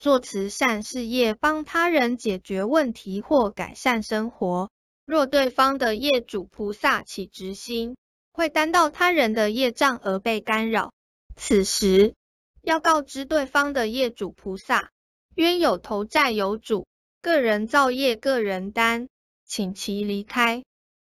做慈善事业，帮他人解决问题或改善生活。若对方的业主菩萨起执心，会担到他人的业障而被干扰。此时要告知对方的业主菩萨，冤有头债有主，个人造业个人担，请其离开。